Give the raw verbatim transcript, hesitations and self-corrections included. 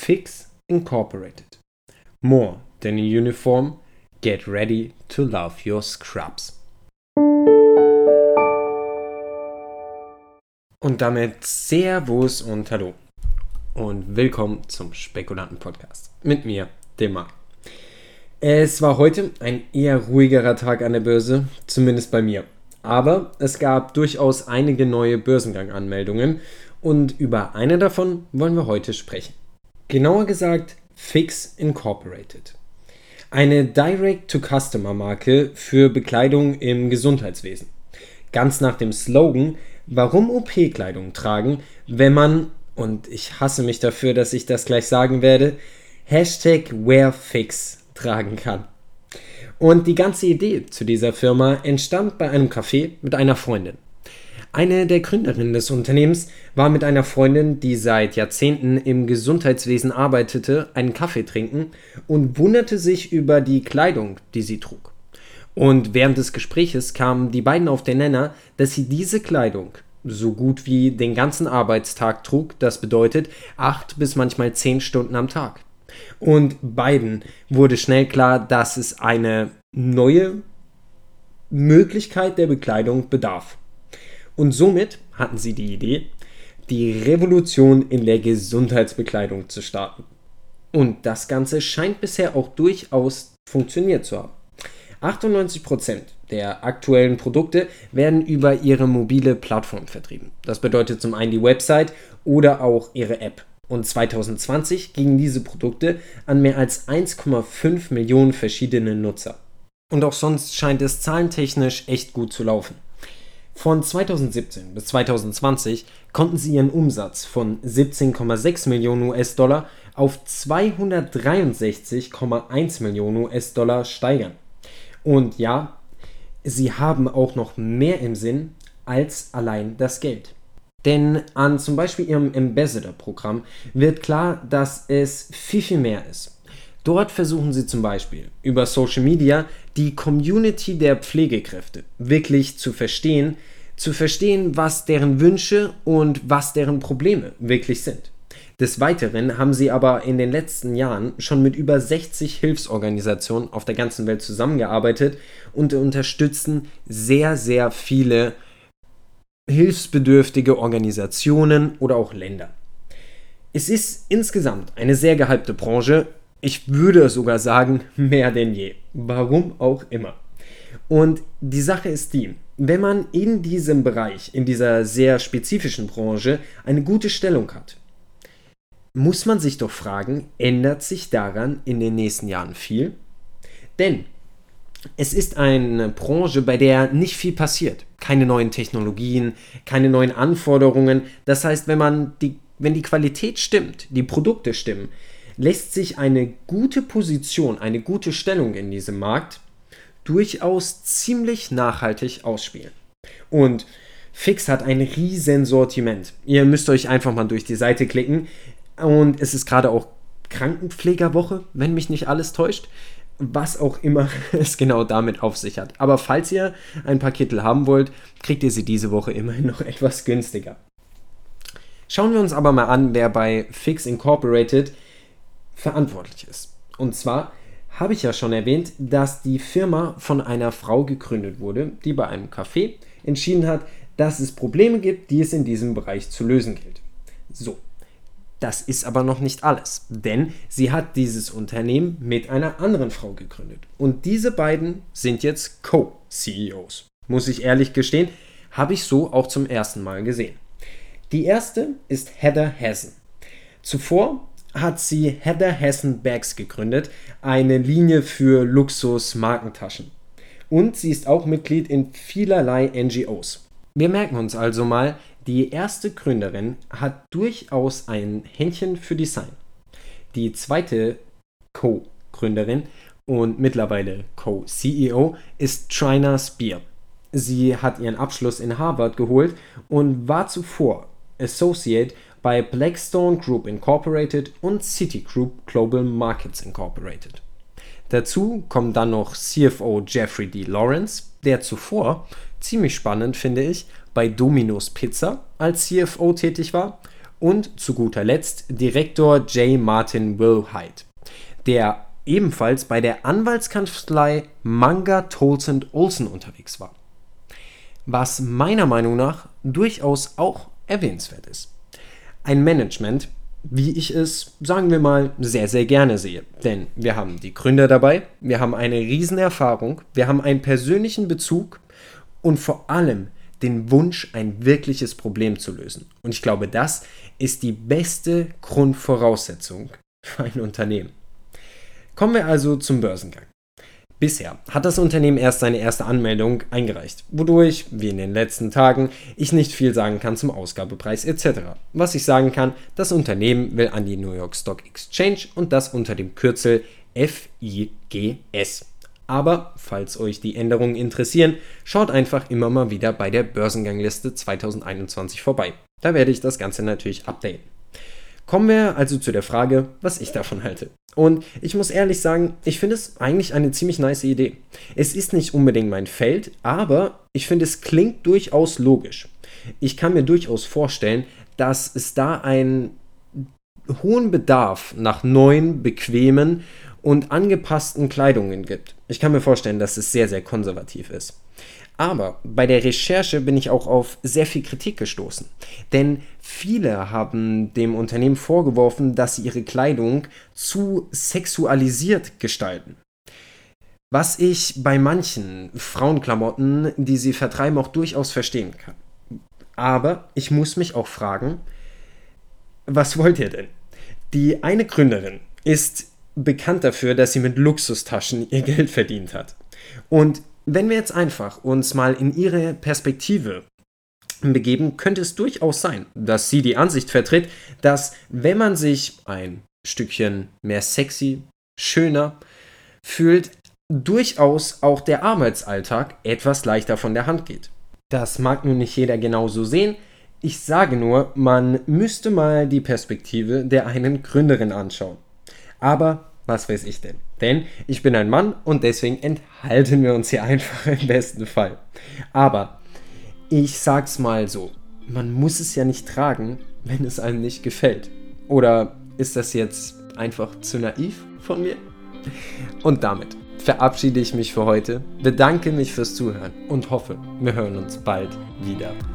Fix Incorporated. More than a uniform, get ready to love your scrubs. Und damit Servus und Hallo und willkommen zum Spekulanten-Podcast mit mir, dem Marc. Es war heute ein eher ruhigerer Tag an der Börse, zumindest bei mir. Aber es gab durchaus einige neue Börsengang-Anmeldungen und über eine davon wollen wir heute sprechen. Genauer gesagt Fix Incorporated. Eine Direct-to-Customer-Marke für Bekleidung im Gesundheitswesen. Ganz nach dem Slogan, warum O P-Kleidung tragen, wenn man, und ich hasse mich dafür, dass ich das gleich sagen werde, Hashtag WearFix tragen kann. Und die ganze Idee zu dieser Firma entstand bei einem Café mit einer Freundin. Eine der Gründerinnen des Unternehmens war mit einer Freundin, die seit Jahrzehnten im Gesundheitswesen arbeitete, einen Kaffee trinken und wunderte sich über die Kleidung, die sie trug. Und während des Gespräches kamen die beiden auf den Nenner, dass sie diese Kleidung so gut wie den ganzen Arbeitstag trug, das bedeutet acht bis manchmal zehn Stunden am Tag. Und beiden wurde schnell klar, dass es eine neue Möglichkeit der Bekleidung bedarf. Und somit hatten sie die Idee, die Revolution in der Gesundheitsbekleidung zu starten. Und das Ganze scheint bisher auch durchaus funktioniert zu haben. achtundneunzig Prozent der aktuellen Produkte werden über ihre mobile Plattform vertrieben. Das bedeutet zum einen die Website oder auch ihre App. Und zwanzig zwanzig gingen diese Produkte an mehr als eins Komma fünf Millionen verschiedene Nutzer. Und auch sonst scheint es zahlentechnisch echt gut zu laufen. Von zweitausendsiebzehn bis zweitausendzwanzig konnten sie ihren Umsatz von siebzehn Komma sechs Millionen U S-Dollar auf zweihundertdreiundsechzig Komma eins Millionen U S-Dollar steigern. Und ja, sie haben auch noch mehr im Sinn als allein das Geld. Denn an zum Beispiel ihrem Ambassador-Programm wird klar, dass es viel, viel mehr ist. Dort versuchen sie zum Beispiel über Social Media die Community der Pflegekräfte wirklich zu verstehen, zu verstehen, was deren Wünsche und was deren Probleme wirklich sind. Des Weiteren haben sie aber in den letzten Jahren schon mit über sechzig Hilfsorganisationen auf der ganzen Welt zusammengearbeitet und unterstützen sehr, sehr viele hilfsbedürftige Organisationen oder auch Länder. Es ist insgesamt eine sehr gehypte Branche. Ich würde sogar sagen, mehr denn je. Warum auch immer. Und die Sache ist die, wenn man in diesem Bereich, in dieser sehr spezifischen Branche eine gute Stellung hat, muss man sich doch fragen, ändert sich daran in den nächsten Jahren viel? Denn es ist eine Branche, bei der nicht viel passiert. Keine neuen Technologien, keine neuen Anforderungen. Das heißt, wenn man die, wenn die Qualität stimmt, die Produkte stimmen, lässt sich eine gute Position, eine gute Stellung in diesem Markt durchaus ziemlich nachhaltig ausspielen. Und Fix hat ein riesen Sortiment. Ihr müsst euch einfach mal durch die Seite klicken. Und es ist gerade auch Krankenpflegerwoche, wenn mich nicht alles täuscht. Was auch immer es genau damit auf sich hat. Aber falls ihr ein paar Kittel haben wollt, kriegt ihr sie diese Woche immerhin noch etwas günstiger. Schauen wir uns aber mal an, wer bei Fix Incorporated verantwortlich ist. Und zwar habe ich ja schon erwähnt, dass die Firma von einer Frau gegründet wurde, die bei einem Café entschieden hat, dass es Probleme gibt, die es in diesem Bereich zu lösen gilt. So. Das ist aber noch nicht alles, denn sie hat dieses Unternehmen mit einer anderen Frau gegründet. Und diese beiden sind jetzt Co-C E Os. Muss ich ehrlich gestehen, habe ich so auch zum ersten Mal gesehen. Die erste ist Heather Hasson. Zuvor hat sie Heather Hasson Bags gegründet, eine Linie für Luxus-Markentaschen. Und sie ist auch Mitglied in vielerlei N G Os. Wir merken uns also mal, die erste Gründerin hat durchaus ein Händchen für Design. Die zweite Co-Gründerin und mittlerweile Co-C E O ist Trina Spear. Sie hat ihren Abschluss in Harvard geholt und war zuvor Associate bei Blackstone Group Incorporated und Citigroup Global Markets Incorporated. Dazu kommt dann noch C F O Jeffrey D. Lawrence, der zuvor, ziemlich spannend finde ich, bei Domino's Pizza als C F O tätig war, und zu guter Letzt Direktor J. Martin Wilhite, der ebenfalls bei der Anwaltskanzlei Munger, Tolson Olson unterwegs war. Was meiner Meinung nach durchaus auch erwähnenswert ist. Ein Management, wie ich es, sagen wir mal, sehr, sehr gerne sehe. Denn wir haben die Gründer dabei, wir haben eine Riesenerfahrung, wir haben einen persönlichen Bezug und vor allem den Wunsch, ein wirkliches Problem zu lösen. Und ich glaube, das ist die beste Grundvoraussetzung für ein Unternehmen. Kommen wir also zum Börsengang. Bisher hat das Unternehmen erst seine erste Anmeldung eingereicht, wodurch, wie in den letzten Tagen, ich nicht viel sagen kann zum Ausgabepreis et cetera. Was ich sagen kann, das Unternehmen will an die New York Stock Exchange und das unter dem Kürzel F I G S. Aber, falls euch die Änderungen interessieren, schaut einfach immer mal wieder bei der Börsengangliste zwanzig einundzwanzig vorbei. Da werde ich das Ganze natürlich updaten. Kommen wir also zu der Frage, was ich davon halte. Und ich muss ehrlich sagen, ich finde es eigentlich eine ziemlich nice Idee. Es ist nicht unbedingt mein Feld, aber ich finde, es klingt durchaus logisch. Ich kann mir durchaus vorstellen, dass es da einen hohen Bedarf nach neuen, bequemen und angepassten Kleidungen gibt. Ich kann mir vorstellen, dass es sehr, sehr konservativ ist. Aber bei der Recherche bin ich auch auf sehr viel Kritik gestoßen. Denn viele haben dem Unternehmen vorgeworfen, dass sie ihre Kleidung zu sexualisiert gestalten. Was ich bei manchen Frauenklamotten, die sie vertreiben, auch durchaus verstehen kann. Aber ich muss mich auch fragen, was wollt ihr denn? Die eine Gründerin ist bekannt dafür, dass sie mit Luxustaschen ihr Geld verdient hat. Und wenn wir jetzt einfach uns mal in ihre Perspektive begeben, könnte es durchaus sein, dass sie die Ansicht vertritt, dass wenn man sich ein Stückchen mehr sexy, schöner fühlt, durchaus auch der Arbeitsalltag etwas leichter von der Hand geht. Das mag nun nicht jeder genauso sehen. Ich sage nur, man müsste mal die Perspektive der einen Gründerin anschauen. Aber was weiß ich denn? Denn ich bin ein Mann und deswegen enthalten wir uns hier einfach im besten Fall. Aber ich sag's mal so, man muss es ja nicht tragen, wenn es einem nicht gefällt. Oder ist das jetzt einfach zu naiv von mir? Und damit verabschiede ich mich für heute, bedanke mich fürs Zuhören und hoffe, wir hören uns bald wieder.